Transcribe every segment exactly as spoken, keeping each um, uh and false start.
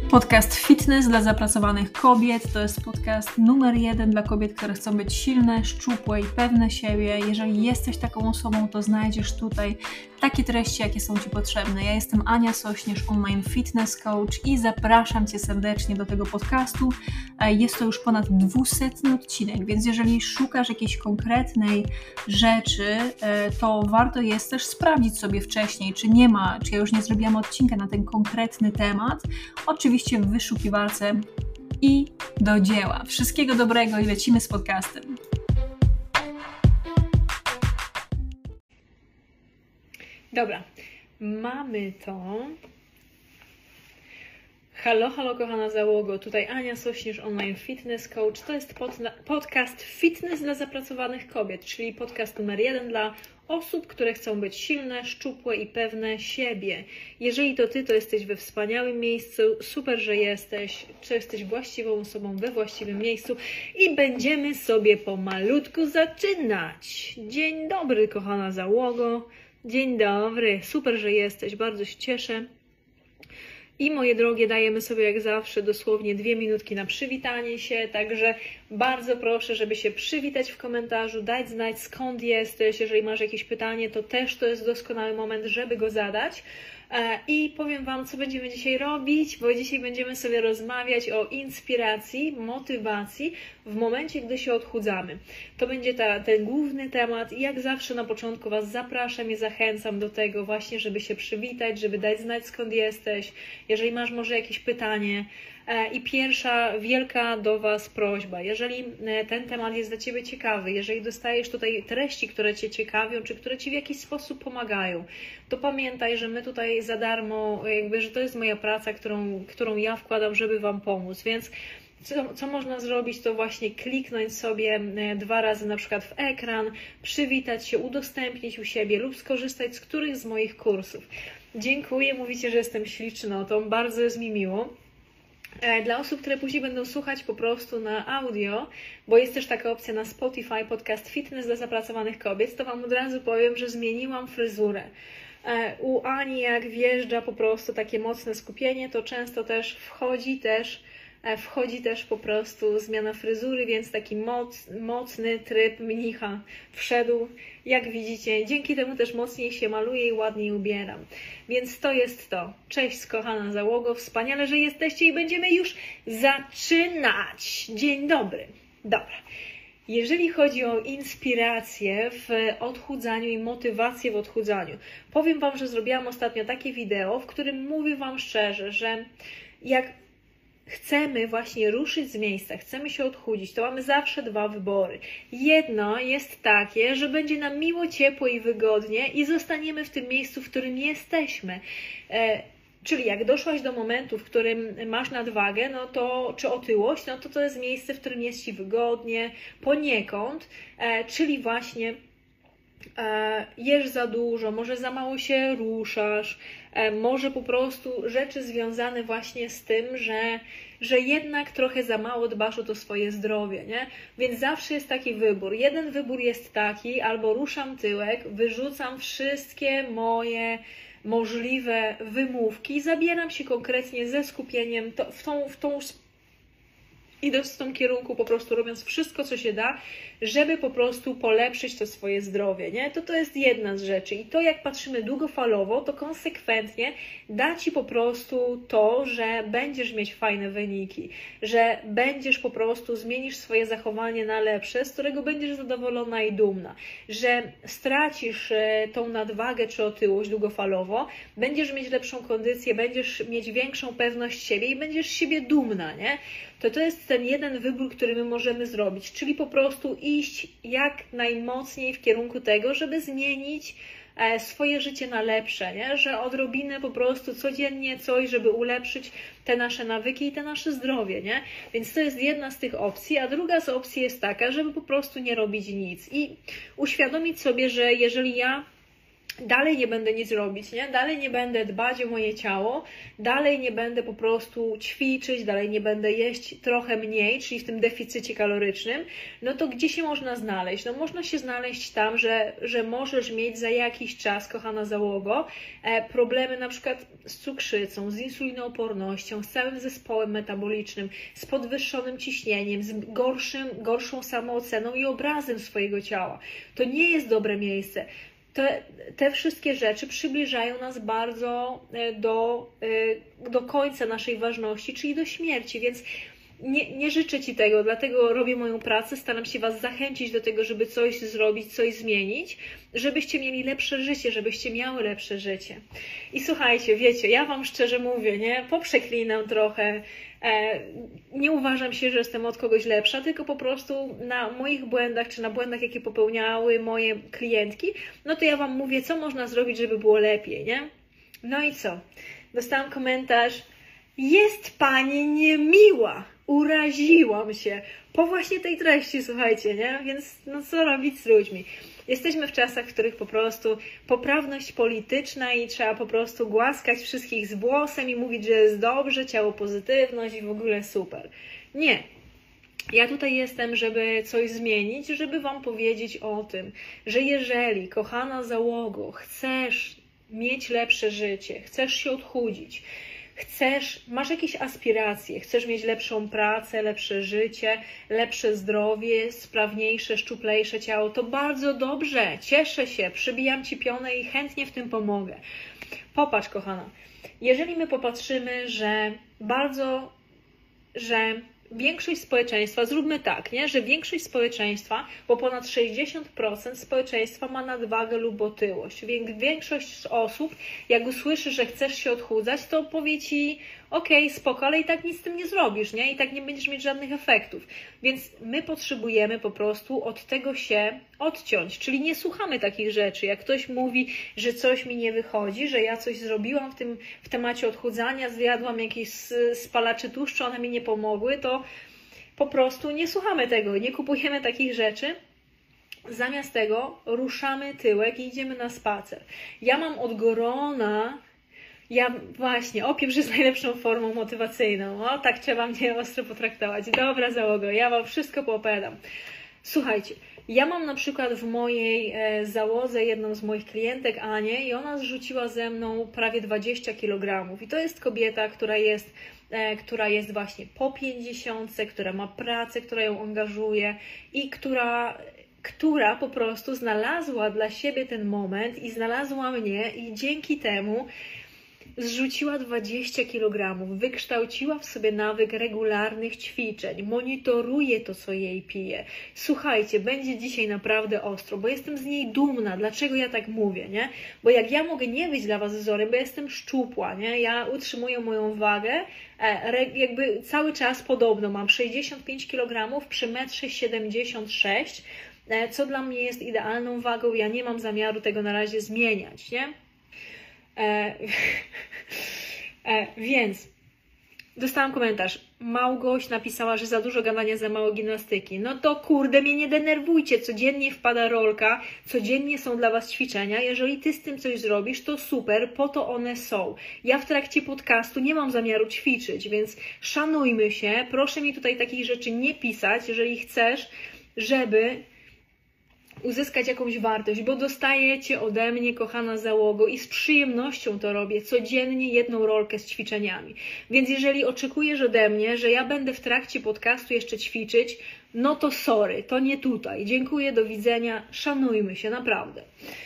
Podcast Fitness dla zapracowanych kobiet to jest podcast numer jeden dla kobiet, które chcą być silne, szczupłe i pewne siebie. Jeżeli jesteś taką osobą, to znajdziesz tutaj takie treści, jakie są Ci potrzebne. Ja jestem Ania Sośnierz, online fitness coach i zapraszam Cię serdecznie do tego podcastu. Jest to już ponad dwusetny odcinek, więc jeżeli szukasz jakiejś konkretnej rzeczy, to warto jest też sprawdzić sobie wcześniej, czy nie ma, czy ja już nie zrobiłam odcinka na ten konkretny temat. Oczywiście w wyszukiwarce i do dzieła. Wszystkiego dobrego i lecimy z podcastem. Dobra, mamy to. Halo, halo kochana załogo, tutaj Ania Sośnierz, online fitness coach. To jest pod, podcast Fitness dla zapracowanych kobiet, czyli podcast numer jeden dla osób, które chcą być silne, szczupłe i pewne siebie. Jeżeli to Ty, to jesteś we wspaniałym miejscu, super, że jesteś, czy jesteś właściwą osobą we właściwym miejscu i będziemy sobie pomalutku zaczynać. Dzień dobry kochana załogo, dzień dobry, super, że jesteś, bardzo się cieszę. I moje drogie, dajemy sobie jak zawsze dosłownie dwie minutki na przywitanie się, także bardzo proszę, żeby się przywitać w komentarzu, dać znać skąd jesteś, jeżeli masz jakieś pytanie, to też to jest doskonały moment, żeby go zadać. I powiem Wam, co będziemy dzisiaj robić, bo dzisiaj będziemy sobie rozmawiać o inspiracji, motywacji w momencie, gdy się odchudzamy. To będzie ta, ten główny temat i jak zawsze na początku Was zapraszam i zachęcam do tego właśnie, żeby się przywitać, żeby dać znać skąd jesteś, jeżeli masz może jakieś pytanie. I pierwsza wielka do Was prośba, jeżeli ten temat jest dla Ciebie ciekawy, jeżeli dostajesz tutaj treści, które Cię ciekawią, czy które Ci w jakiś sposób pomagają, to pamiętaj, że my tutaj za darmo, jakby, że to jest moja praca, którą, którą ja wkładam, żeby Wam pomóc, więc co, co można zrobić, to właśnie kliknąć sobie dwa razy na przykład w ekran, przywitać się, udostępnić u siebie lub skorzystać z których z moich kursów. Dziękuję, mówicie, że jestem ślicznotą, bardzo jest mi miło. Dla osób, które później będą słuchać po prostu na audio, bo jest też taka opcja na Spotify, podcast Fitness dla zapracowanych kobiet, to Wam od razu powiem, że zmieniłam fryzurę. U Ani jak wjeżdża po prostu takie mocne skupienie, to często też wchodzi też Wchodzi też po prostu zmiana fryzury, więc taki moc, mocny tryb mnicha wszedł. Jak widzicie, dzięki temu też mocniej się maluję i ładniej ubieram. Więc to jest to. Cześć kochana załogo, wspaniale, że jesteście i będziemy już zaczynać. Dzień dobry. Dobra. Jeżeli chodzi o inspirację w odchudzaniu i motywację w odchudzaniu, powiem Wam, że zrobiłam ostatnio takie wideo, w którym mówię Wam szczerze, że jak chcemy właśnie ruszyć z miejsca, chcemy się odchudzić, to mamy zawsze dwa wybory. Jedno jest takie, że będzie nam miło, ciepło i wygodnie i zostaniemy w tym miejscu, w którym jesteśmy. E, czyli jak doszłaś do momentu, w którym masz nadwagę, no to, czy otyłość, no to to jest miejsce, w którym jest Ci wygodnie, poniekąd, e, czyli właśnie e, jesz za dużo, może za mało się ruszasz, może po prostu rzeczy związane właśnie z tym, że, że jednak trochę za mało dbasz o to swoje zdrowie, nie? Więc zawsze jest taki wybór. Jeden wybór jest taki, albo ruszam tyłek, wyrzucam wszystkie moje możliwe wymówki, zabieram się konkretnie ze skupieniem to, w tą, w tą idąc w tym kierunku, po prostu robiąc wszystko, co się da, żeby po prostu polepszyć to swoje zdrowie, nie? To to jest jedna z rzeczy. I to, jak patrzymy długofalowo, to konsekwentnie da Ci po prostu to, że będziesz mieć fajne wyniki, że będziesz po prostu, zmienisz swoje zachowanie na lepsze, z którego będziesz zadowolona i dumna, że stracisz tą nadwagę czy otyłość długofalowo, będziesz mieć lepszą kondycję, będziesz mieć większą pewność siebie i będziesz z siebie dumna, nie? To to jest ten jeden wybór, który my możemy zrobić, czyli po prostu iść jak najmocniej w kierunku tego, żeby zmienić swoje życie na lepsze, nie? Że odrobinę po prostu codziennie coś, żeby ulepszyć te nasze nawyki i te nasze zdrowie, nie? Więc to jest jedna z tych opcji, a druga z opcji jest taka, żeby po prostu nie robić nic i uświadomić sobie, że jeżeli ja dalej nie będę nic robić, nie? Dalej nie będę dbać o moje ciało, dalej nie będę po prostu ćwiczyć, dalej nie będę jeść trochę mniej, czyli w tym deficycie kalorycznym, no to gdzie się można znaleźć? No można się znaleźć tam, że, że możesz mieć za jakiś czas, kochana załogo, e, problemy na przykład z cukrzycą, z insulinoopornością, z całym zespołem metabolicznym, z podwyższonym ciśnieniem, z gorszym, gorszą samooceną i obrazem swojego ciała. To nie jest dobre miejsce. Te, te wszystkie rzeczy przybliżają nas bardzo do, do końca naszej ważności, czyli do śmierci, więc nie, nie życzę Ci tego, dlatego robię moją pracę, staram się Was zachęcić do tego, żeby coś zrobić, coś zmienić, żebyście mieli lepsze życie, żebyście miały lepsze życie. I słuchajcie, wiecie, ja Wam szczerze mówię, nie, poprzeklinę trochę, e, nie uważam się, że jestem od kogoś lepsza, tylko po prostu na moich błędach, czy na błędach, jakie popełniały moje klientki, no to ja Wam mówię, co można zrobić, żeby było lepiej, nie? No i co? Dostałam komentarz: jest Pani niemiła, uraziłam się. Po właśnie tej treści, słuchajcie, nie? Więc no co robić z ludźmi? Jesteśmy w czasach, w których po prostu poprawność polityczna i trzeba po prostu głaskać wszystkich z włosem i mówić, że jest dobrze, ciało pozytywność i w ogóle super. Nie. Ja tutaj jestem, żeby coś zmienić, żeby Wam powiedzieć o tym, że jeżeli, kochana załogo, chcesz mieć lepsze życie, chcesz się odchudzić, chcesz, masz jakieś aspiracje, chcesz mieć lepszą pracę, lepsze życie, lepsze zdrowie, sprawniejsze, szczuplejsze ciało, to bardzo dobrze, cieszę się, przybijam Ci pionę i chętnie w tym pomogę. Popatrz, kochana, jeżeli my popatrzymy, że bardzo, że większość społeczeństwa, zróbmy tak, nie? Że większość społeczeństwa, bo ponad sześćdziesiąt procent społeczeństwa ma nadwagę lub otyłość. Większość osób, jak usłyszy, że chcesz się odchudzać, to powie Ci: okej, okay, spoko, ale i tak nic z tym nie zrobisz, nie? I tak nie będziesz mieć żadnych efektów. Więc my potrzebujemy po prostu od tego się odciąć, czyli nie słuchamy takich rzeczy. Jak ktoś mówi, że coś mi nie wychodzi, że ja coś zrobiłam w tym w temacie odchudzania, zjadłam jakieś spalacze tłuszczu, one mi nie pomogły, to po prostu nie słuchamy tego, nie kupujemy takich rzeczy. Zamiast tego ruszamy tyłek i idziemy na spacer. Ja mam od Gorona, ja właśnie, opieprz jest najlepszą formą motywacyjną. O, tak trzeba mnie ostro potraktować. Dobra, załogo, ja Wam wszystko poopowiadam. Słuchajcie, ja mam na przykład w mojej e, załodze jedną z moich klientek, Anię, i ona zrzuciła ze mną prawie dwadzieścia kilogramów. I to jest kobieta, która jest, e, która jest właśnie po pięćdziesiątce, która ma pracę, która ją angażuje i która... która po prostu znalazła dla siebie ten moment i znalazła mnie i dzięki temu zrzuciła dwadzieścia kilogramów, wykształciła w sobie nawyk regularnych ćwiczeń, monitoruje to, co jej pije. Słuchajcie, będzie dzisiaj naprawdę ostro, bo jestem z niej dumna. Dlaczego ja tak mówię, nie? Bo jak ja mogę nie być dla Was wzorem, bo jestem szczupła, nie? Ja utrzymuję moją wagę, jakby cały czas podobno mam sześćdziesiąt pięć kilogramów przy metrze siedemdziesiąt sześć, co dla mnie jest idealną wagą. Ja nie mam zamiaru tego na razie zmieniać, nie? E, e, więc dostałam komentarz. Małgoś napisała, że za dużo gadania, za mało gimnastyki. No to kurde, mnie nie denerwujcie. Codziennie wpada rolka, codziennie są dla Was ćwiczenia. Jeżeli Ty z tym coś zrobisz, to super, po to one są. Ja w trakcie podcastu nie mam zamiaru ćwiczyć, więc szanujmy się. Proszę mi tutaj takich rzeczy nie pisać, jeżeli chcesz, żeby uzyskać jakąś wartość, bo dostajecie ode mnie, kochana załogo, i z przyjemnością to robię, codziennie jedną rolkę z ćwiczeniami. Więc jeżeli oczekujesz ode mnie, że ja będę w trakcie podcastu jeszcze ćwiczyć, no to sorry, to nie tutaj. Dziękuję, do widzenia, szanujmy się, naprawdę.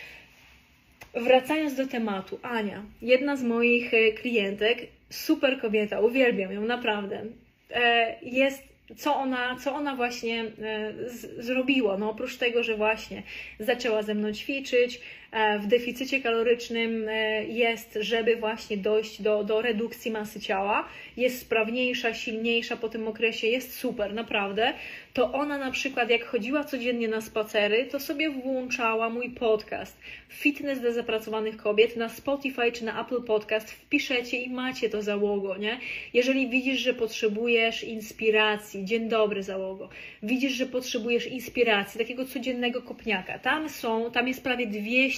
Wracając do tematu, Ania, jedna z moich klientek, super kobieta, uwielbiam ją, naprawdę, jest Co ona, co ona właśnie z, zrobiła. No oprócz tego, że właśnie zaczęła ze mną ćwiczyć, w deficycie kalorycznym jest, żeby właśnie dojść do, do redukcji masy ciała, jest sprawniejsza, silniejsza po tym okresie, jest super, naprawdę, to ona na przykład jak chodziła codziennie na spacery, to sobie włączała mój podcast Fitness dla zapracowanych kobiet na Spotify czy na Apple Podcast, wpiszecie i macie to, załogo, nie? Jeżeli widzisz, że potrzebujesz inspiracji, dzień dobry, załogo, widzisz, że potrzebujesz inspiracji, takiego codziennego kopniaka, tam są, tam jest prawie dwieście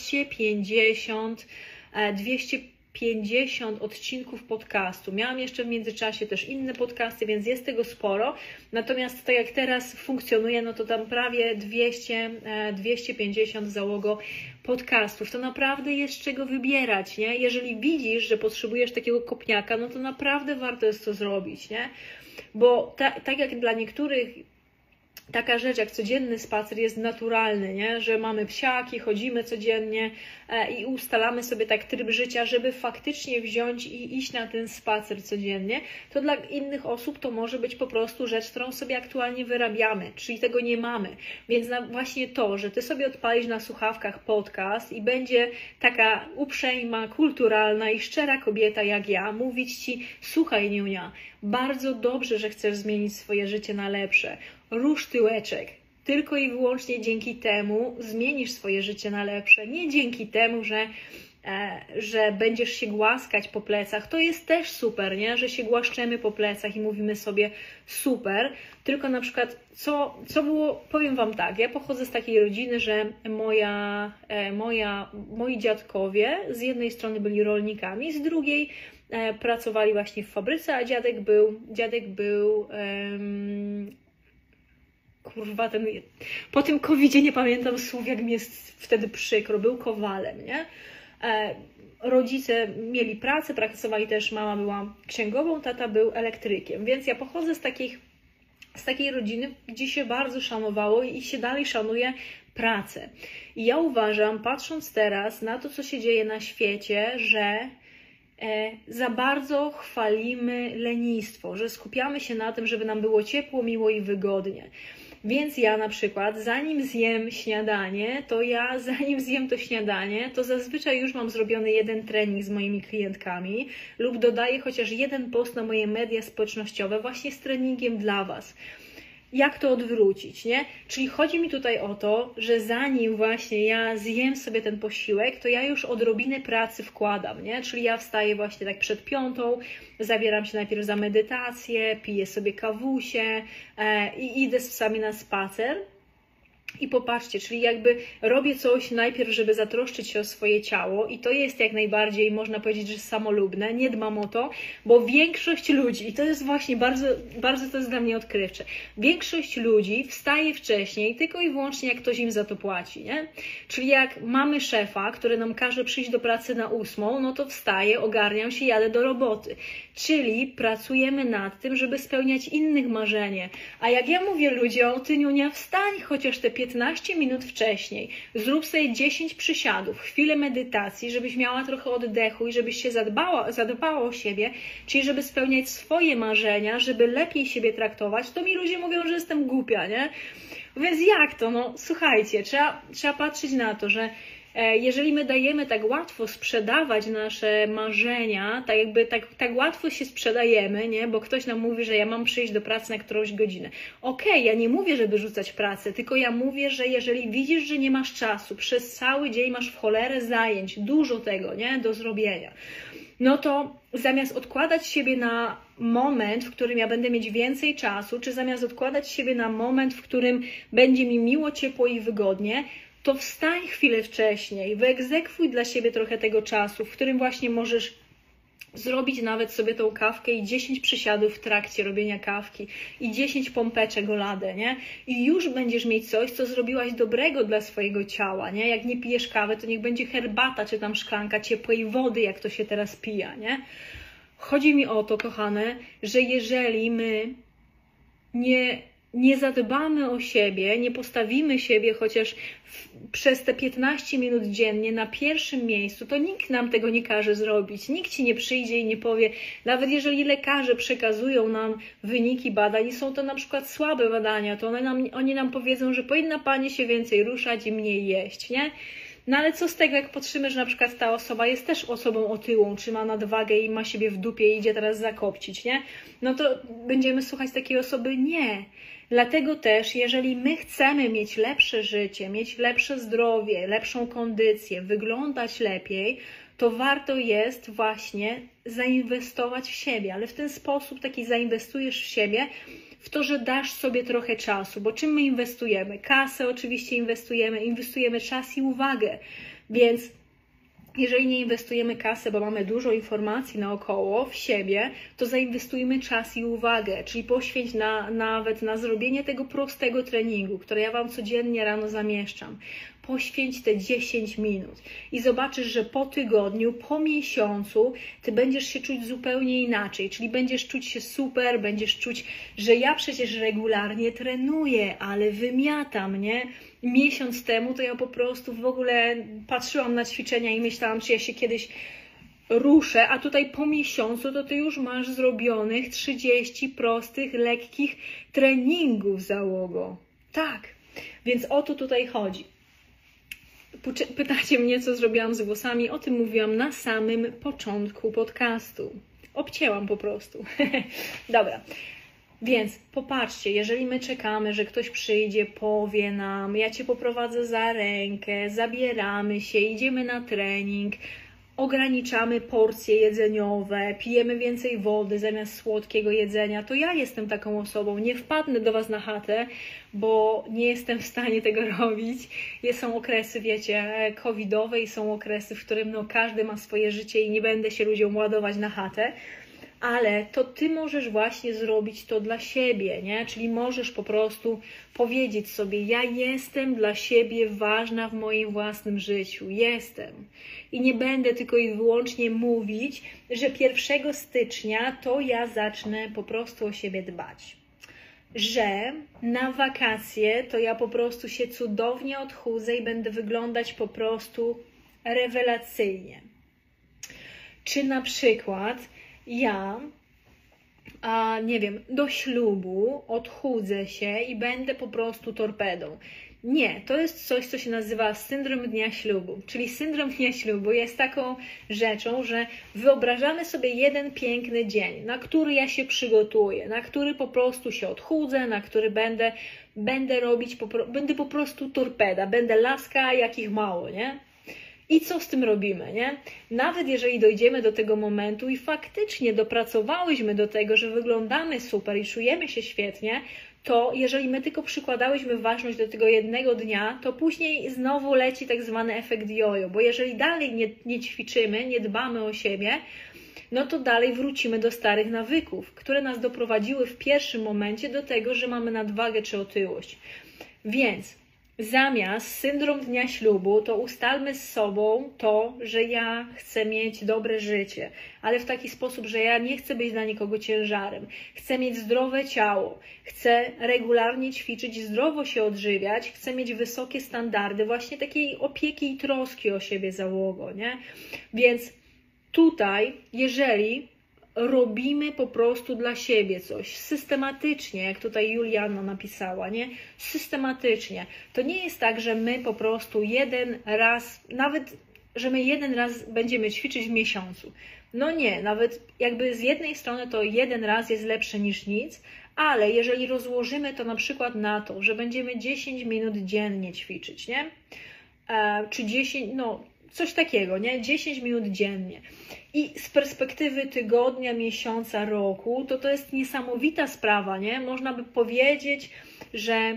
dwieście pięćdziesiąt, dwieście pięćdziesiąt odcinków podcastu. Miałam jeszcze w międzyczasie też inne podcasty, więc jest tego sporo. Natomiast tak jak teraz funkcjonuje, no to tam prawie dwieście, dwieście pięćdziesiąt załogo podcastów. To naprawdę jest czego wybierać, nie? Jeżeli widzisz, że potrzebujesz takiego kopniaka, no to naprawdę warto jest to zrobić, nie? Bo ta, tak jak dla niektórych taka rzecz jak codzienny spacer jest naturalny, nie? Że mamy psiaki, chodzimy codziennie e, i ustalamy sobie tak tryb życia, żeby faktycznie wziąć i iść na ten spacer codziennie, to dla innych osób to może być po prostu rzecz, którą sobie aktualnie wyrabiamy, czyli tego nie mamy. Więc na właśnie to, że Ty sobie odpalisz na słuchawkach podcast i będzie taka uprzejma, kulturalna i szczera kobieta jak ja mówić Ci: słuchaj, Niunia, bardzo dobrze, że chcesz zmienić swoje życie na lepsze. Rusz tyłeczek. Tylko i wyłącznie dzięki temu zmienisz swoje życie na lepsze. Nie dzięki temu, że, e, że będziesz się głaskać po plecach. To jest też super, nie? Że się głaszczemy po plecach i mówimy sobie super. Tylko na przykład, co, co było, powiem Wam tak, ja pochodzę z takiej rodziny, że moja, e, moja, moi dziadkowie z jednej strony byli rolnikami, z drugiej e, pracowali właśnie w fabryce, a dziadek był, dziadek był em, kurwa, ten, po tym kowidzie nie pamiętam słów, jak mi jest wtedy przykro, był kowalem, nie? E, rodzice mieli pracę, pracowali też, mama była księgową, tata był elektrykiem, więc ja pochodzę z, takich, z takiej rodziny, gdzie się bardzo szanowało i się dalej szanuje pracę. I ja uważam, patrząc teraz na to, co się dzieje na świecie, że E, za bardzo chwalimy lenistwo, że skupiamy się na tym, żeby nam było ciepło, miło i wygodnie. Więc ja na przykład, zanim zjem śniadanie, to ja zanim zjem to śniadanie, to zazwyczaj już mam zrobiony jeden trening z moimi klientkami lub dodaję chociaż jeden post na moje media społecznościowe właśnie z treningiem dla Was. Jak to odwrócić, nie? Czyli chodzi mi tutaj o to, że zanim właśnie ja zjem sobie ten posiłek, to ja już odrobinę pracy wkładam, nie? Czyli ja wstaję właśnie tak przed piątą, zabieram się najpierw za medytację, piję sobie kawusię e, i idę z psami na spacer. I popatrzcie, czyli jakby robię coś najpierw, żeby zatroszczyć się o swoje ciało i to jest jak najbardziej, można powiedzieć, że samolubne, nie dbam o to, bo większość ludzi, i to jest właśnie bardzo, bardzo to jest dla mnie odkrywcze, większość ludzi wstaje wcześniej tylko i wyłącznie jak ktoś im za to płaci, nie? Czyli jak mamy szefa, który nam każe przyjść do pracy na ósmą, no to wstaję, ogarniam się, jadę do roboty. Czyli pracujemy nad tym, żeby spełniać innych marzenie. A jak ja mówię ludziom, Ty, Niunia, wstań chociaż te piętnaście minut wcześniej, zrób sobie dziesięć przysiadów, chwilę medytacji, żebyś miała trochę oddechu i żebyś się zadbała, zadbała o siebie, czyli żeby spełniać swoje marzenia, żeby lepiej siebie traktować, to mi ludzie mówią, że jestem głupia, nie? Więc jak to? No słuchajcie, trzeba, trzeba patrzeć na to, że jeżeli my dajemy tak łatwo sprzedawać nasze marzenia, tak jakby tak, tak łatwo się sprzedajemy, nie? Bo ktoś nam mówi, że ja mam przyjść do pracy na którąś godzinę. Okej, okay, ja nie mówię, żeby rzucać pracę, tylko ja mówię, że jeżeli widzisz, że nie masz czasu, przez cały dzień masz w cholerę zajęć, dużo tego, nie? Do zrobienia, no to zamiast odkładać siebie na moment, w którym ja będę mieć więcej czasu, czy zamiast odkładać siebie na moment, w którym będzie mi miło, ciepło i wygodnie, to wstań chwilę wcześniej, wyegzekwuj dla siebie trochę tego czasu, w którym właśnie możesz zrobić nawet sobie tą kawkę i dziesięć przysiadów w trakcie robienia kawki i dziesięć pompeczek o ladę, nie? I już będziesz mieć coś, co zrobiłaś dobrego dla swojego ciała, nie? Jak nie pijesz kawy, to niech będzie herbata, czy tam szklanka ciepłej wody, jak to się teraz pija, nie? Chodzi mi o to, kochane, że jeżeli my nie... nie zadbamy o siebie, nie postawimy siebie chociaż w, przez te piętnaście minut dziennie na pierwszym miejscu, to nikt nam tego nie każe zrobić. Nikt Ci nie przyjdzie i nie powie, nawet jeżeli lekarze przekazują nam wyniki badań i są to na przykład słabe badania, to one nam, oni nam powiedzą, że powinna Pani się więcej ruszać i mniej jeść, nie? No ale co z tego, jak patrzymy, że na przykład ta osoba jest też osobą otyłą, czy ma nadwagę i ma siebie w dupie i idzie teraz zakopcić, nie? No to będziemy słuchać takiej osoby? Nie. Dlatego też, jeżeli my chcemy mieć lepsze życie, mieć lepsze zdrowie, lepszą kondycję, wyglądać lepiej, to warto jest właśnie zainwestować w siebie, ale w ten sposób taki zainwestujesz w siebie, w to, że dasz sobie trochę czasu, bo czym my inwestujemy? Kasę oczywiście inwestujemy, inwestujemy czas i uwagę. Więc jeżeli nie inwestujemy kasy, bo mamy dużo informacji naokoło, w siebie, to zainwestujmy czas i uwagę, czyli poświęć na, nawet na zrobienie tego prostego treningu, które ja Wam codziennie rano zamieszczam. Poświęć te dziesięć minut i zobaczysz, że po tygodniu, po miesiącu Ty będziesz się czuć zupełnie inaczej, czyli będziesz czuć się super, będziesz czuć, że ja przecież regularnie trenuję, ale wymiatam, nie? Miesiąc temu to ja po prostu w ogóle patrzyłam na ćwiczenia i myślałam, czy ja się kiedyś ruszę, a tutaj po miesiącu to Ty już masz zrobionych trzydzieści prostych, lekkich treningów załogo. Tak, więc o to tutaj chodzi. Pytacie mnie, co zrobiłam z włosami, o tym mówiłam na samym początku podcastu. Obcięłam po prostu. Dobra. Więc popatrzcie, jeżeli my czekamy, że ktoś przyjdzie, powie nam, ja Cię poprowadzę za rękę, zabieramy się, idziemy na trening, ograniczamy porcje jedzeniowe, pijemy więcej wody zamiast słodkiego jedzenia, to ja jestem taką osobą, nie wpadnę do Was na chatę, bo nie jestem w stanie tego robić. Są okresy, wiecie, covidowe i są okresy, w którym no, każdy ma swoje życie i nie będę się ludziom ładować na chatę. Ale to Ty możesz właśnie zrobić to dla siebie, nie? Czyli możesz po prostu powiedzieć sobie, ja jestem dla siebie ważna w moim własnym życiu, jestem. I nie będę tylko i wyłącznie mówić, że pierwszego stycznia to ja zacznę po prostu o siebie dbać. Że na wakacje to ja po prostu się cudownie odchudzę i będę wyglądać po prostu rewelacyjnie. Czy na przykład ja, a nie wiem, do ślubu odchudzę się i będę po prostu torpedą. Nie, to jest coś, co się nazywa syndrom dnia ślubu. Czyli syndrom dnia ślubu jest taką rzeczą, że wyobrażamy sobie jeden piękny dzień, na który ja się przygotuję, na który po prostu się odchudzę, na który będę, będę robić, będę po prostu torpeda, będę laska, jakich mało, nie? I co z tym robimy, nie? Nawet jeżeli dojdziemy do tego momentu i faktycznie dopracowałyśmy do tego, że wyglądamy super i czujemy się świetnie, to jeżeli my tylko przykładałyśmy ważność do tego jednego dnia, to później znowu leci tak zwany efekt jojo, bo jeżeli dalej nie, nie ćwiczymy, nie dbamy o siebie, no to dalej wrócimy do starych nawyków, które nas doprowadziły w pierwszym momencie do tego, że mamy nadwagę czy otyłość. Więc zamiast syndrom dnia ślubu, to ustalmy z sobą to, że ja chcę mieć dobre życie, ale w taki sposób, że ja nie chcę być dla nikogo ciężarem. Chcę mieć zdrowe ciało, chcę regularnie ćwiczyć, zdrowo się odżywiać, chcę mieć wysokie standardy, właśnie takiej opieki i troski o siebie załogo, nie? Więc tutaj, jeżeli robimy po prostu dla siebie coś systematycznie, jak tutaj Juliana napisała, nie? Systematycznie. To nie jest tak, że my po prostu jeden raz, nawet, że my jeden raz będziemy ćwiczyć w miesiącu. No nie, nawet jakby z jednej strony to jeden raz jest lepsze niż nic, ale jeżeli rozłożymy to na przykład na to, że będziemy dziesięć minut dziennie ćwiczyć, nie? E, czy dziesięć, no coś takiego, nie? dziesięć minut dziennie. I z perspektywy tygodnia, miesiąca, roku, to to jest niesamowita sprawa, nie? Można by powiedzieć, że,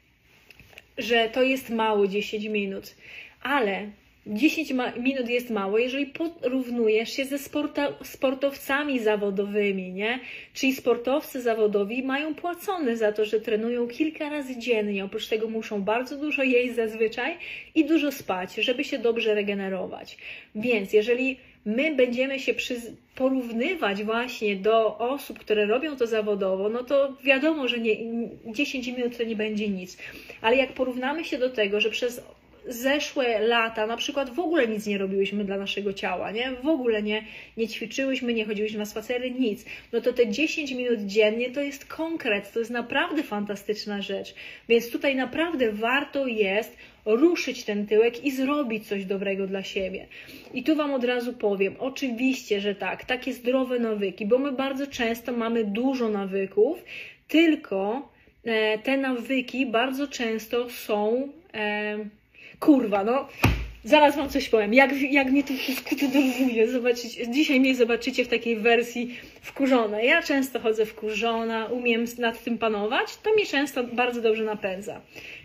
że to jest mało dziesięć minut, ale dziesięć minut jest mało, jeżeli porównujesz się ze sporta, sportowcami zawodowymi, nie? Czyli sportowcy zawodowi mają płacone za to, że trenują kilka razy dziennie. Oprócz tego muszą bardzo dużo jeść zazwyczaj i dużo spać, żeby się dobrze regenerować. Więc jeżeli my będziemy się przyz- porównywać właśnie do osób, które robią to zawodowo, no to wiadomo, że nie, dziesięć minut to nie będzie nic. Ale jak porównamy się do tego, że przez zeszłe lata na przykład w ogóle nic nie robiłyśmy dla naszego ciała, nie? W ogóle nie, nie ćwiczyłyśmy, nie chodziłyśmy na spacery, nic. No to te dziesięć minut dziennie to jest konkret, to jest naprawdę fantastyczna rzecz. Więc tutaj naprawdę warto jest ruszyć ten tyłek i zrobić coś dobrego dla siebie. I tu Wam od razu powiem, oczywiście, że tak, takie zdrowe nawyki, bo my bardzo często mamy dużo nawyków, tylko e, te nawyki bardzo często są... E, Kurwa, no, zaraz Wam coś powiem, jak, jak mnie to wszystko denerwuje, zobaczycie, dzisiaj mnie zobaczycie w takiej wersji wkurzona. Ja często chodzę wkurzona, umiem nad tym panować, to mnie często bardzo dobrze napędza.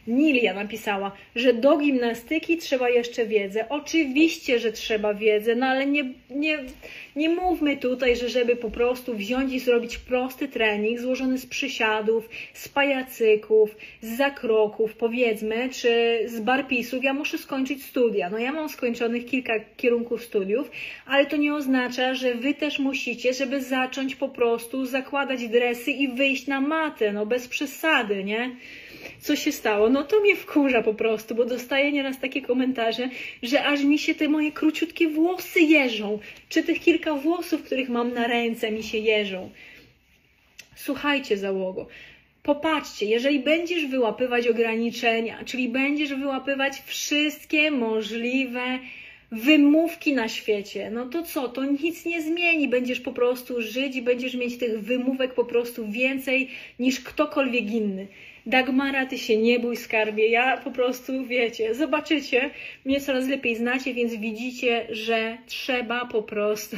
Nilia napisała, że do gimnastyki trzeba jeszcze wiedzę. Oczywiście, że trzeba wiedzę, no ale nie, nie, nie mówmy tutaj, że żeby po prostu wziąć i zrobić prosty trening złożony z przysiadów, z pajacyków, z zakroków, powiedzmy, czy z barpisów, ja muszę skończyć studia. No ja mam skończonych kilka kierunków studiów, ale to nie oznacza, że wy też musicie, żeby zacząć po prostu zakładać dresy i wyjść na matę, no bez przesady, nie? Co się stało? No to mnie wkurza po prostu, bo dostaję nieraz takie komentarze, że aż mi się te moje króciutkie włosy jeżą, czy tych kilka włosów, których mam na ręce, mi się jeżą. Słuchajcie, załogo, popatrzcie, jeżeli będziesz wyłapywać ograniczenia, czyli będziesz wyłapywać wszystkie możliwe wymówki na świecie, no to co, to nic nie zmieni, będziesz po prostu żyć i będziesz mieć tych wymówek po prostu więcej niż ktokolwiek inny. Dagmara, ty się nie bój, skarbie, ja po prostu, wiecie, zobaczycie, mnie coraz lepiej znacie, więc widzicie, że trzeba po prostu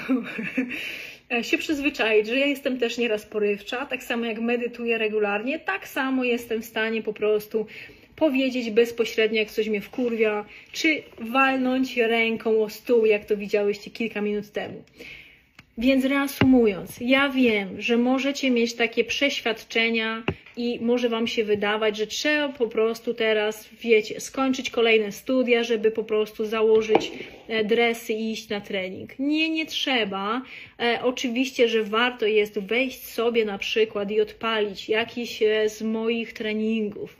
się przyzwyczaić, że ja jestem też nieraz porywcza, tak samo jak medytuję regularnie, tak samo jestem w stanie po prostu powiedzieć bezpośrednio, jak coś mnie wkurwia, czy walnąć ręką o stół, jak to widziałyście kilka minut temu. Więc reasumując, ja wiem, że możecie mieć takie przeświadczenia i może wam się wydawać, że trzeba po prostu teraz, wiecie, skończyć kolejne studia, żeby po prostu założyć dresy i iść na trening. Nie, nie trzeba. E, oczywiście, że warto jest wejść sobie na przykład i odpalić jakiś z moich treningów.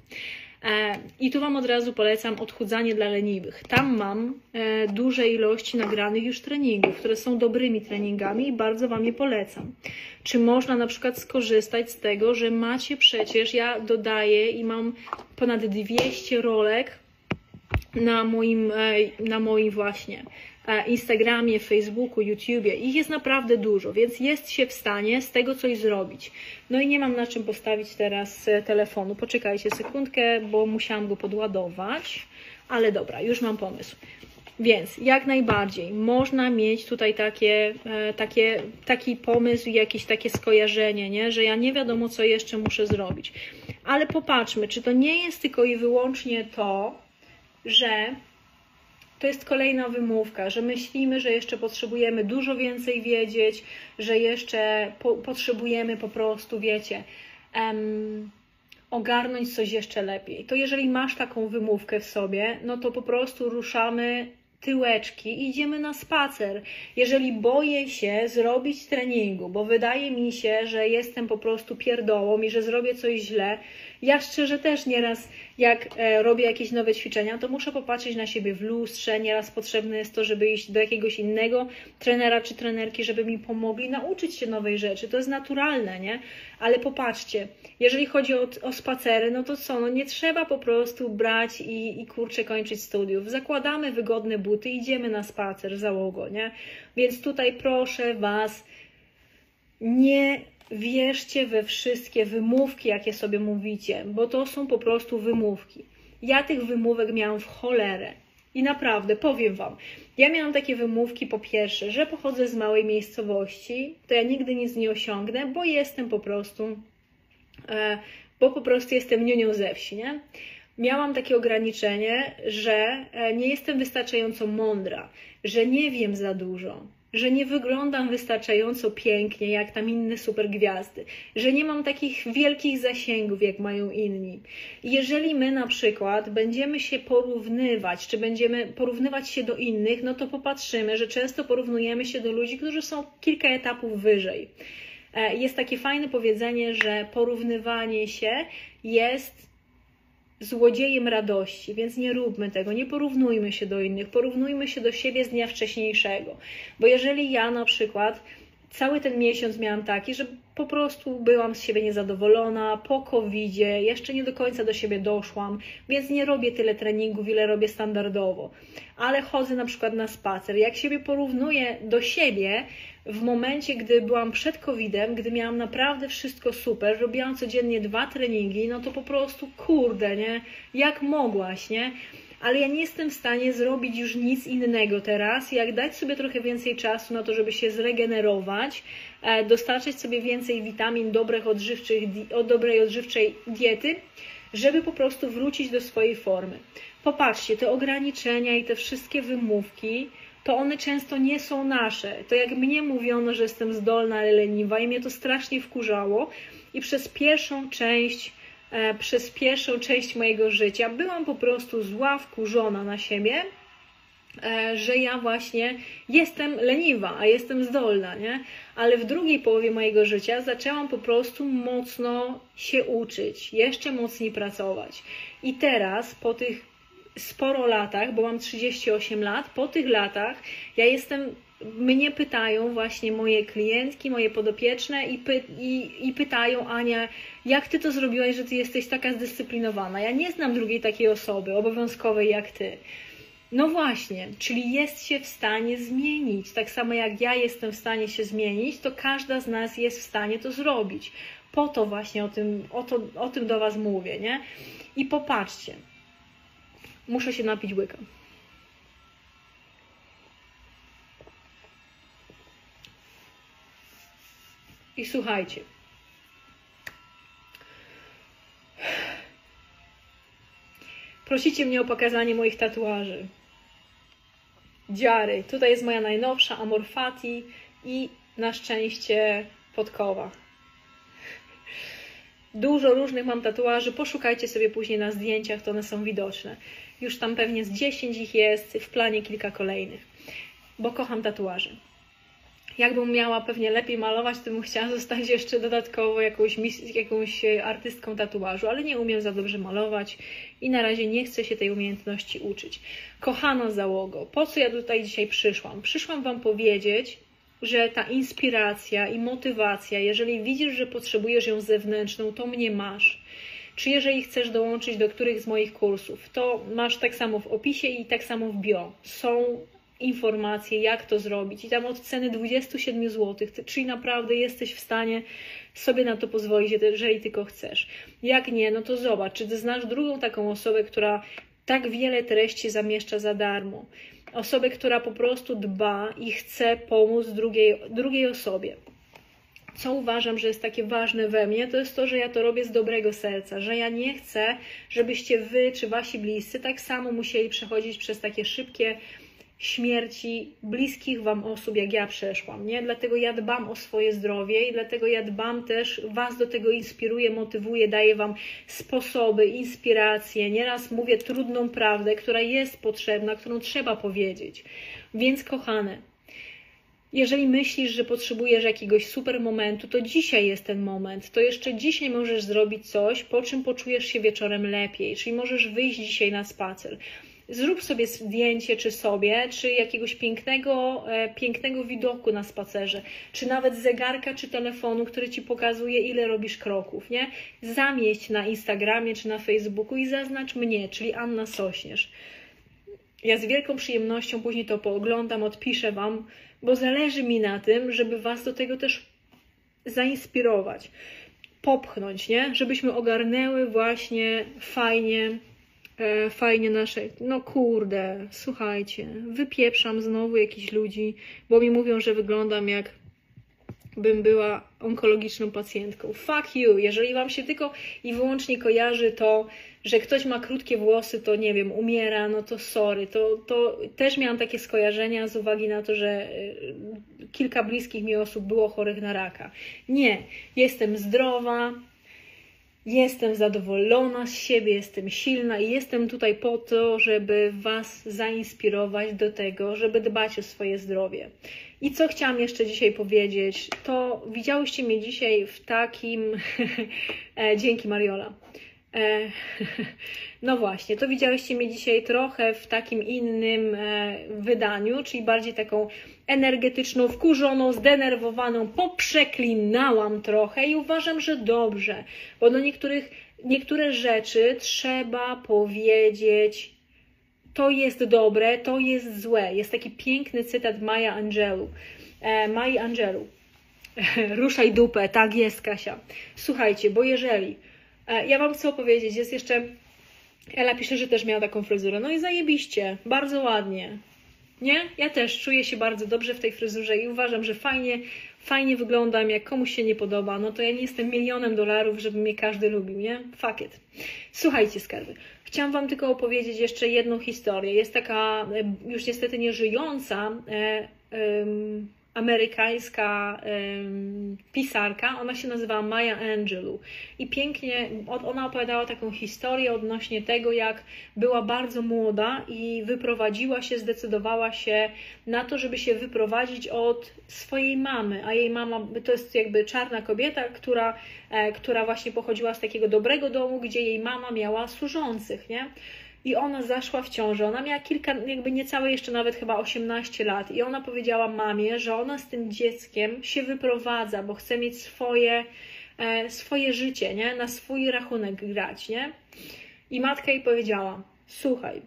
I tu wam od razu polecam odchudzanie dla leniwych. Tam mam e, duże ilości nagranych już treningów, które są dobrymi treningami i bardzo wam je polecam. Czy można na przykład skorzystać z tego, że macie przecież, ja dodaję i mam ponad dwieście rolek na moim, e, na moim właśnie Instagramie, Facebooku, YouTubie. Ich jest naprawdę dużo, więc jest się w stanie z tego coś zrobić. No i nie mam na czym postawić teraz telefonu. Poczekajcie sekundkę, bo musiałam go podładować. Ale dobra, już mam pomysł. Więc jak najbardziej można mieć tutaj takie, takie, taki pomysł i jakieś takie skojarzenie, nie? Że ja nie wiadomo, co jeszcze muszę zrobić. Ale popatrzmy, czy to nie jest tylko i wyłącznie to, że to jest kolejna wymówka, że myślimy, że jeszcze potrzebujemy dużo więcej wiedzieć, że jeszcze po, potrzebujemy po prostu, wiecie, um, ogarnąć coś jeszcze lepiej. To jeżeli masz taką wymówkę w sobie, no to po prostu ruszamy tyłeczki i idziemy na spacer. Jeżeli boję się zrobić treningu, bo wydaje mi się, że jestem po prostu pierdołą i że zrobię coś źle, ja szczerze też nieraz, jak e, robię jakieś nowe ćwiczenia, to muszę popatrzeć na siebie w lustrze. Nieraz potrzebne jest to, żeby iść do jakiegoś innego trenera czy trenerki, żeby mi pomogli nauczyć się nowej rzeczy. To jest naturalne, nie? Ale popatrzcie, jeżeli chodzi o, o spacery, no to co? No nie trzeba po prostu brać i, i kurczę kończyć studiów. Zakładamy wygodne buty, idziemy na spacer, załogo, nie? Więc tutaj proszę was, nie wierzcie we wszystkie wymówki, jakie sobie mówicie, bo to są po prostu wymówki. Ja tych wymówek miałam w cholerę. I naprawdę, powiem wam, ja miałam takie wymówki po pierwsze, że pochodzę z małej miejscowości, to ja nigdy nic nie osiągnę, bo jestem po prostu, e, bo po prostu jestem niunią ze wsi, nie? Miałam takie ograniczenie, że nie jestem wystarczająco mądra, że nie wiem za dużo, że nie wyglądam wystarczająco pięknie jak tam inne supergwiazdy, że nie mam takich wielkich zasięgów jak mają inni. Jeżeli my na przykład będziemy się porównywać, czy będziemy porównywać się do innych, no to popatrzymy, że często porównujemy się do ludzi, którzy są kilka etapów wyżej. Jest takie fajne powiedzenie, że porównywanie się jest złodziejem radości, więc nie róbmy tego, nie porównujmy się do innych, porównujmy się do siebie z dnia wcześniejszego, bo jeżeli ja na przykład cały ten miesiąc miałam taki, że po prostu byłam z siebie niezadowolona, po kowidzie, jeszcze nie do końca do siebie doszłam, więc nie robię tyle treningów, ile robię standardowo, ale chodzę na przykład na spacer, jak siebie porównuję do siebie, w momencie, gdy byłam przed kowidem, gdy miałam naprawdę wszystko super, robiłam codziennie dwa treningi, no to po prostu kurde, nie? Jak mogłaś, nie? Ale ja nie jestem w stanie zrobić już nic innego teraz, jak dać sobie trochę więcej czasu na to, żeby się zregenerować, dostarczyć sobie więcej witamin, dobrych odżywczych, dobrej odżywczej diety, żeby po prostu wrócić do swojej formy. Popatrzcie, te ograniczenia i te wszystkie wymówki, to one często nie są nasze. To jak mnie mówiono, że jestem zdolna, ale leniwa i mnie to strasznie wkurzało i przez pierwszą część, e, przez pierwszą część mojego życia byłam po prostu zła, wkurzona na siebie, e, że ja właśnie jestem leniwa, a jestem zdolna, nie? Ale w drugiej połowie mojego życia zaczęłam po prostu mocno się uczyć, jeszcze mocniej pracować. I teraz po tych sporo latach, bo mam trzydzieści osiem lat, po tych latach ja jestem, mnie pytają właśnie moje klientki, moje podopieczne i, py, i, i pytają: Ania, jak ty to zrobiłaś, że ty jesteś taka zdyscyplinowana? Ja nie znam drugiej takiej osoby obowiązkowej jak ty. No właśnie, czyli jest się w stanie zmienić. Tak samo jak ja jestem w stanie się zmienić, to każda z nas jest w stanie to zrobić. Po to właśnie o tym, o to, o tym do was mówię, nie? I popatrzcie. Muszę się napić łyka. I słuchajcie. Prosicie mnie o pokazanie moich tatuaży. Dziary. Tutaj jest moja najnowsza Amor Fati i na szczęście podkowa. Dużo różnych mam tatuaży. Poszukajcie sobie później na zdjęciach, to one są widoczne. Już tam pewnie z dziesięć ich jest, w planie kilka kolejnych. Bo kocham tatuaże. Jakbym miała pewnie lepiej malować, to bym chciała zostać jeszcze dodatkowo jakąś, jakąś artystką tatuażu, ale nie umiem za dobrze malować i na razie nie chcę się tej umiejętności uczyć. Kochana załogo, po co ja tutaj dzisiaj przyszłam? Przyszłam wam powiedzieć, że ta inspiracja i motywacja, jeżeli widzisz, że potrzebujesz ją zewnętrzną, to mnie masz. Czy jeżeli chcesz dołączyć do których z moich kursów, to masz tak samo w opisie i tak samo w bio. Są informacje, jak to zrobić i tam od ceny dwudziestu siedmiu złotych, czyli naprawdę jesteś w stanie sobie na to pozwolić, jeżeli tylko chcesz. Jak nie, no to zobacz, czy ty znasz drugą taką osobę, która tak wiele treści zamieszcza za darmo. Osobę, która po prostu dba i chce pomóc drugiej, drugiej osobie. Co uważam, że jest takie ważne we mnie, to jest to, że ja to robię z dobrego serca, że ja nie chcę, żebyście wy czy wasi bliscy tak samo musieli przechodzić przez takie szybkie śmierci bliskich wam osób, jak ja przeszłam, nie? Dlatego ja dbam o swoje zdrowie i dlatego ja dbam też, was do tego inspiruję, motywuję, daję wam sposoby, inspiracje, nieraz mówię trudną prawdę, która jest potrzebna, którą trzeba powiedzieć. Więc kochane, jeżeli myślisz, że potrzebujesz jakiegoś super momentu, to dzisiaj jest ten moment. To jeszcze dzisiaj możesz zrobić coś, po czym poczujesz się wieczorem lepiej. Czyli możesz wyjść dzisiaj na spacer. Zrób sobie zdjęcie, czy sobie, czy jakiegoś pięknego, e, pięknego widoku na spacerze, czy nawet zegarka, czy telefonu, który ci pokazuje, ile robisz kroków, nie? Zamieść na Instagramie, czy na Facebooku i zaznacz mnie, czyli Anna Sośnierz. Ja z wielką przyjemnością później to pooglądam, odpiszę wam, bo zależy mi na tym, żeby was do tego też zainspirować, popchnąć, nie? Żebyśmy ogarnęły właśnie fajnie, e, fajnie nasze... No kurde, słuchajcie, wypieprzam znowu jakichś ludzi, bo mi mówią, że wyglądam jak bym była onkologiczną pacjentką. Fuck you! Jeżeli wam się tylko i wyłącznie kojarzy to, że ktoś ma krótkie włosy, to nie wiem, umiera, no to sorry. To, to też miałam takie skojarzenia z uwagi na to, że kilka bliskich mi osób było chorych na raka. Nie, jestem zdrowa, jestem zadowolona z siebie, jestem silna i jestem tutaj po to, żeby was zainspirować do tego, żeby dbać o swoje zdrowie. I co chciałam jeszcze dzisiaj powiedzieć, to widziałyście mnie dzisiaj w takim... Dzięki Mariola. No właśnie, to widziałyście mnie dzisiaj trochę w takim innym wydaniu, czyli bardziej taką energetyczną, wkurzoną, zdenerwowaną, poprzeklinałam trochę i uważam, że dobrze, bo do niektórych, niektóre rzeczy trzeba powiedzieć, to jest dobre, to jest złe. Jest taki piękny cytat Maja Angelou. E, Mai Angelou. Ruszaj dupę, tak jest, Kasia. Słuchajcie, bo jeżeli... E, ja wam chcę opowiedzieć, jest jeszcze... Ela pisze, że też miała taką fryzurę. No i zajebiście, bardzo ładnie. Nie? Ja też czuję się bardzo dobrze w tej fryzurze i uważam, że fajnie, fajnie wyglądam. Jak komuś się nie podoba, no to ja nie jestem milionem dolarów, żeby mnie każdy lubił, nie? Fuck it. Słuchajcie, skarby. Chciałam Wam tylko opowiedzieć jeszcze jedną historię. Jest taka już niestety nieżyjąca e, e, amerykańska um, pisarka, ona się nazywa Maya Angelou i pięknie, ona opowiadała taką historię odnośnie tego, jak była bardzo młoda i wyprowadziła się, zdecydowała się na to, żeby się wyprowadzić od swojej mamy, a jej mama to jest jakby czarna kobieta, która, e, która właśnie pochodziła z takiego dobrego domu, gdzie jej mama miała służących, nie? I ona zaszła w ciążę, ona miała kilka, jakby niecałe jeszcze nawet chyba osiemnaście lat i ona powiedziała mamie, że ona z tym dzieckiem się wyprowadza, bo chce mieć swoje, e, swoje życie, nie? Na swój rachunek grać, nie? I matka jej powiedziała, słuchaj,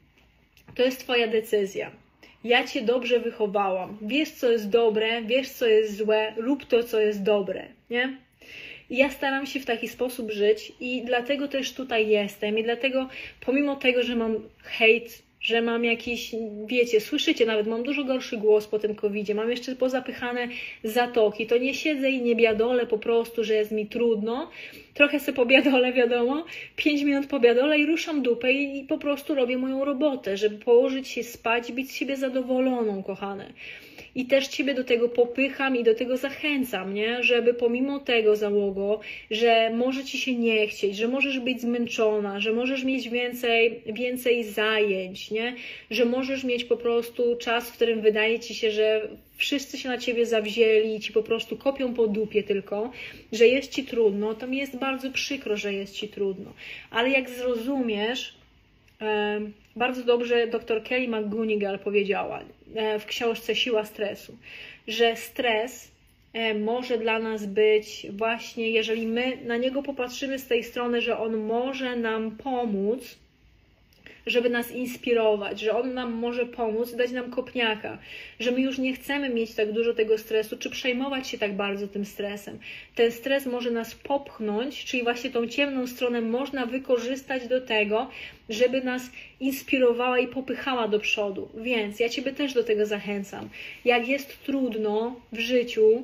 to jest twoja decyzja, ja cię dobrze wychowałam, wiesz co jest dobre, wiesz co jest złe, rób to co jest dobre, nie? I ja staram się w taki sposób żyć i dlatego też tutaj jestem i dlatego pomimo tego, że mam hejt, że mam jakiś, wiecie, słyszycie, nawet mam dużo gorszy głos po tym kowidzie, mam jeszcze pozapychane zatoki, to nie siedzę i nie biadolę po prostu, że jest mi trudno, trochę sobie pobiadolę, wiadomo, pięć minut pobiadolę i ruszam dupę i, i po prostu robię moją robotę, żeby położyć się spać i być z siebie zadowoloną, kochane. I też Ciebie do tego popycham i do tego zachęcam, nie? Żeby pomimo tego, załogo, że może Ci się nie chcieć, że możesz być zmęczona, że możesz mieć więcej, więcej zajęć, nie? Że możesz mieć po prostu czas, w którym wydaje Ci się, że wszyscy się na Ciebie zawzięli i Ci po prostu kopią po dupie tylko, że jest Ci trudno, to mi jest bardzo przykro, że jest Ci trudno. Ale jak zrozumiesz, e, bardzo dobrze dr Kelly McGonigal powiedziała w książce Siła stresu, że stres może dla nas być właśnie, jeżeli my na niego popatrzymy z tej strony, że on może nam pomóc, żeby nas inspirować, że on nam może pomóc, dać nam kopniaka, że my już nie chcemy mieć tak dużo tego stresu, czy przejmować się tak bardzo tym stresem. Ten stres może nas popchnąć, czyli właśnie tą ciemną stronę można wykorzystać do tego, żeby nas inspirowała i popychała do przodu. Więc ja Ciebie też do tego zachęcam. Jak jest trudno w życiu,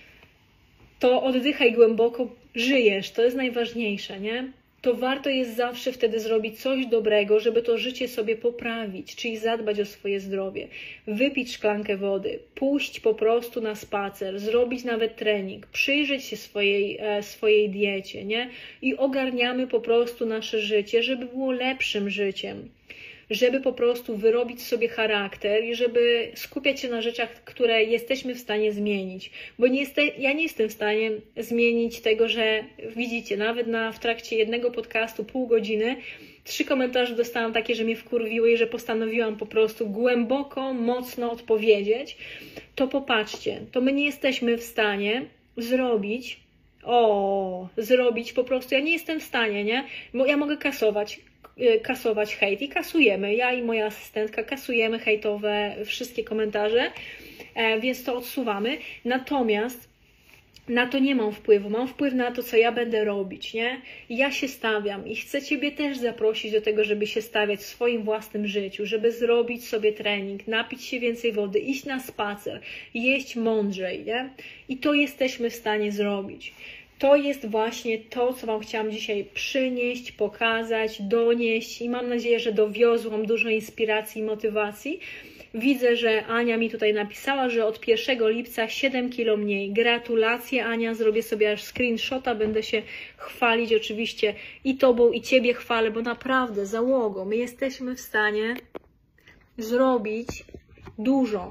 to oddychaj głęboko, żyjesz, to jest najważniejsze, nie? To warto jest zawsze wtedy zrobić coś dobrego, żeby to życie sobie poprawić, czyli zadbać o swoje zdrowie, wypić szklankę wody, pójść po prostu na spacer, zrobić nawet trening, przyjrzeć się swojej, e, swojej diecie, nie? I ogarniamy po prostu nasze życie, żeby było lepszym życiem, żeby po prostu wyrobić sobie charakter i żeby skupiać się na rzeczach, które jesteśmy w stanie zmienić. Bo nie jest, ja nie jestem w stanie zmienić tego, że widzicie, nawet na, w trakcie jednego podcastu pół godziny trzy komentarze dostałam takie, że mnie wkurwiły i że postanowiłam po prostu głęboko, mocno odpowiedzieć. To popatrzcie, to my nie jesteśmy w stanie zrobić, o, zrobić po prostu, ja nie jestem w stanie, nie? Bo ja mogę kasować, kasować hejt i kasujemy. Ja i moja asystentka kasujemy hejtowe wszystkie komentarze, więc to odsuwamy. Natomiast na to nie mam wpływu. Mam wpływ na to, co ja będę robić, nie? I ja się stawiam i chcę Ciebie też zaprosić do tego, żeby się stawiać w swoim własnym życiu, żeby zrobić sobie trening, napić się więcej wody, iść na spacer, jeść mądrzej, nie? I to jesteśmy w stanie zrobić. To jest właśnie to, co Wam chciałam dzisiaj przynieść, pokazać, donieść i mam nadzieję, że dowiozłam dużo inspiracji i motywacji. Widzę, że Ania mi tutaj napisała, że od pierwszego lipca siedem kilo mniej. Gratulacje, Ania, zrobię sobie aż screenshota, będę się chwalić oczywiście i Tobą, i Ciebie chwalę, bo naprawdę, załogą, my jesteśmy w stanie zrobić dużo.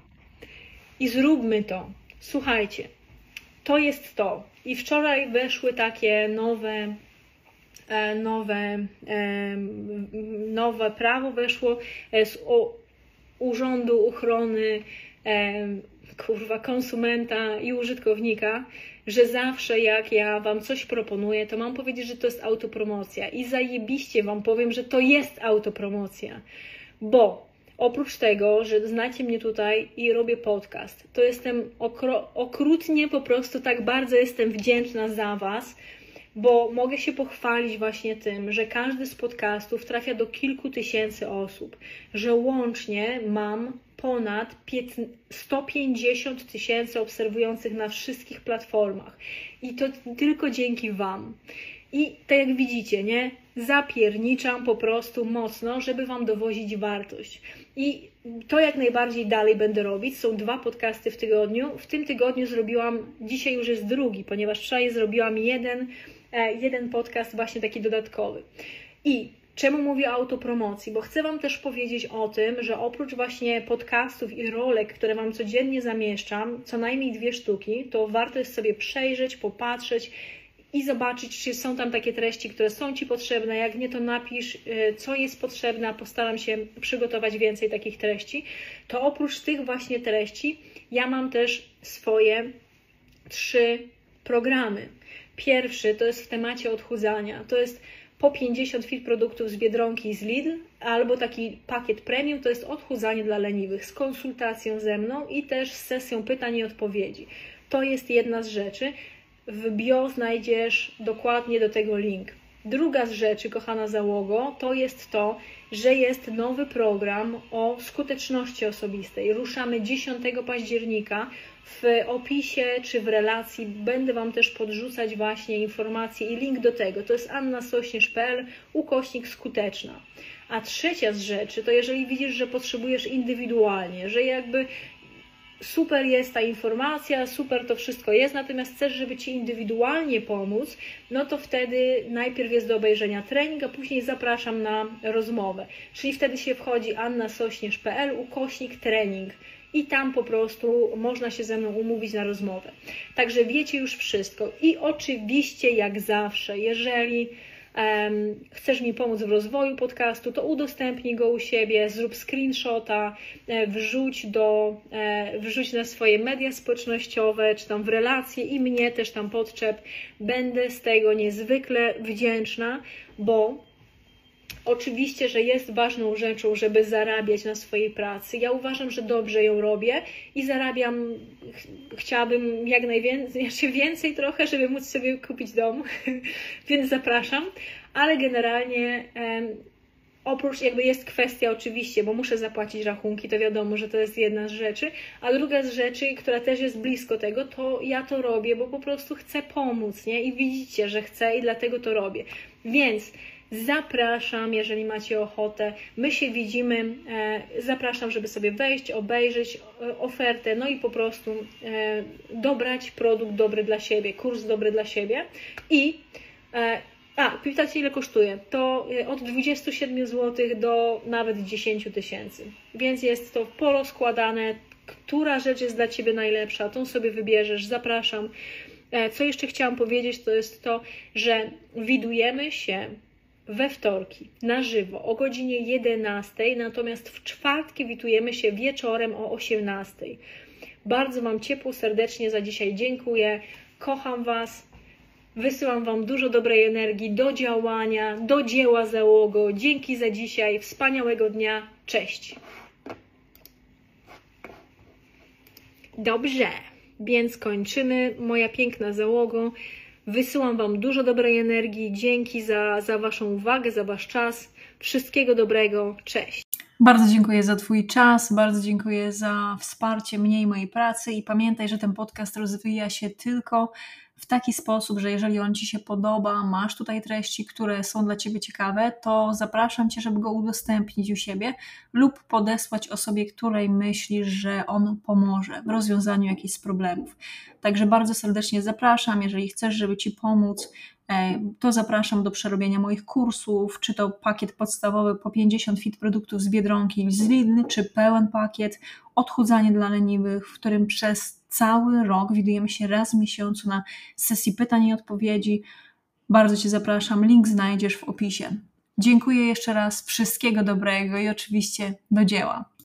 I zróbmy to. Słuchajcie, to jest to. I wczoraj weszły takie nowe, nowe, nowe prawo, weszło z Urzędu Ochrony kurwa, konsumenta i użytkownika, że zawsze jak ja Wam coś proponuję, to mam powiedzieć, że to jest autopromocja. I zajebiście Wam powiem, że to jest autopromocja. Bo oprócz tego, że znacie mnie tutaj i robię podcast, to jestem okrutnie po prostu tak bardzo jestem wdzięczna za Was, bo mogę się pochwalić właśnie tym, że każdy z podcastów trafia do kilku tysięcy osób, że łącznie mam ponad sto pięćdziesiąt tysięcy obserwujących na wszystkich platformach i to tylko dzięki Wam. I tak jak widzicie, nie? Zapierniczam po prostu mocno, żeby Wam dowozić wartość. I to jak najbardziej dalej będę robić. Są dwa podcasty w tygodniu. W tym tygodniu zrobiłam, dzisiaj już jest drugi, ponieważ wczoraj zrobiłam jeden, jeden podcast właśnie taki dodatkowy. I czemu mówię o autopromocji? Bo chcę Wam też powiedzieć o tym, że oprócz właśnie podcastów i rolek, które Wam codziennie zamieszczam, co najmniej dwie sztuki, to warto jest sobie przejrzeć, popatrzeć i zobaczyć, czy są tam takie treści, które są Ci potrzebne. Jak nie, to napisz, co jest potrzebne, a postaram się przygotować więcej takich treści. To oprócz tych właśnie treści, ja mam też swoje trzy programy. Pierwszy to jest w temacie odchudzania. To jest po pięćdziesiąt fit produktów z Biedronki i z Lidl, albo taki pakiet premium, to jest odchudzanie dla leniwych z konsultacją ze mną i też z sesją pytań i odpowiedzi. To jest jedna z rzeczy. W bio znajdziesz dokładnie do tego link. Druga z rzeczy, kochana załogo, to jest to, że jest nowy program o skuteczności osobistej. Ruszamy dziesiątego października. W opisie czy w relacji będę Wam też podrzucać właśnie informacje i link do tego. To jest annasośnierz kropka p l ukośnik skuteczna. A trzecia z rzeczy, to jeżeli widzisz, że potrzebujesz indywidualnie, że jakby super jest ta informacja, super to wszystko jest, natomiast chcesz, żeby Ci indywidualnie pomóc, no to wtedy najpierw jest do obejrzenia trening, a później zapraszam na rozmowę. Czyli wtedy się wchodzi annasośnierz kropka p l ukośnik trening i tam po prostu można się ze mną umówić na rozmowę. Także wiecie już wszystko. I oczywiście, jak zawsze, jeżeli Um, chcesz mi pomóc w rozwoju podcastu, to udostępnij go u siebie, zrób screenshota, e, wrzuć, do, e, wrzuć na swoje media społecznościowe, czy tam w relacje i mnie też tam podczep. Będę z tego niezwykle wdzięczna, bo oczywiście, że jest ważną rzeczą, żeby zarabiać na swojej pracy. Ja uważam, że dobrze ją robię i zarabiam, ch chciałabym jak najwięcej, jeszcze więcej trochę, żeby móc sobie kupić dom, więc zapraszam, ale generalnie em, oprócz jakby jest kwestia oczywiście, bo muszę zapłacić rachunki, to wiadomo, że to jest jedna z rzeczy, a druga z rzeczy, która też jest blisko tego, to ja to robię, bo po prostu chcę pomóc, nie? I widzicie, że chcę i dlatego to robię. Więc zapraszam, jeżeli macie ochotę, my się widzimy, e, zapraszam, żeby sobie wejść, obejrzeć e, ofertę, no i po prostu e, dobrać produkt dobry dla siebie, kurs dobry dla siebie i e, a, pytacie ile kosztuje? To e, od dwudziestu siedmiu złotych do nawet dziesięciu tysięcy, więc jest to porozkładane, która rzecz jest dla Ciebie najlepsza, tą sobie wybierzesz, zapraszam. E, co jeszcze chciałam powiedzieć, to jest to, że widujemy się we wtorki na żywo o godzinie jedenastej, natomiast w czwartki witujemy się wieczorem o osiemnastej. Bardzo Wam ciepło, serdecznie za dzisiaj dziękuję, kocham Was, wysyłam Wam dużo dobrej energii do działania, do dzieła załogo. Dzięki za dzisiaj, wspaniałego dnia, cześć! Dobrze, więc kończymy, moja piękna załogo. Wysyłam Wam dużo dobrej energii. Dzięki za, za Waszą uwagę, za Wasz czas. Wszystkiego dobrego. Cześć. Bardzo dziękuję za Twój czas, bardzo dziękuję za wsparcie mnie i mojej pracy i pamiętaj, że ten podcast rozwija się tylko w taki sposób, że jeżeli on Ci się podoba, masz tutaj treści, które są dla Ciebie ciekawe, to zapraszam Cię, żeby go udostępnić u siebie lub podesłać osobie, której myślisz, że on pomoże w rozwiązaniu jakichś problemów. Także bardzo serdecznie zapraszam, jeżeli chcesz, żeby Ci pomóc, to zapraszam do przerobienia moich kursów, czy to pakiet podstawowy po pięćdziesiąt fit produktów z Biedronki z Lidl, czy pełen pakiet odchudzanie dla leniwych, w którym przez cały rok widujemy się raz w miesiącu na sesji pytań i odpowiedzi. Bardzo Cię zapraszam, link znajdziesz w opisie. Dziękuję jeszcze raz, wszystkiego dobrego i oczywiście do dzieła.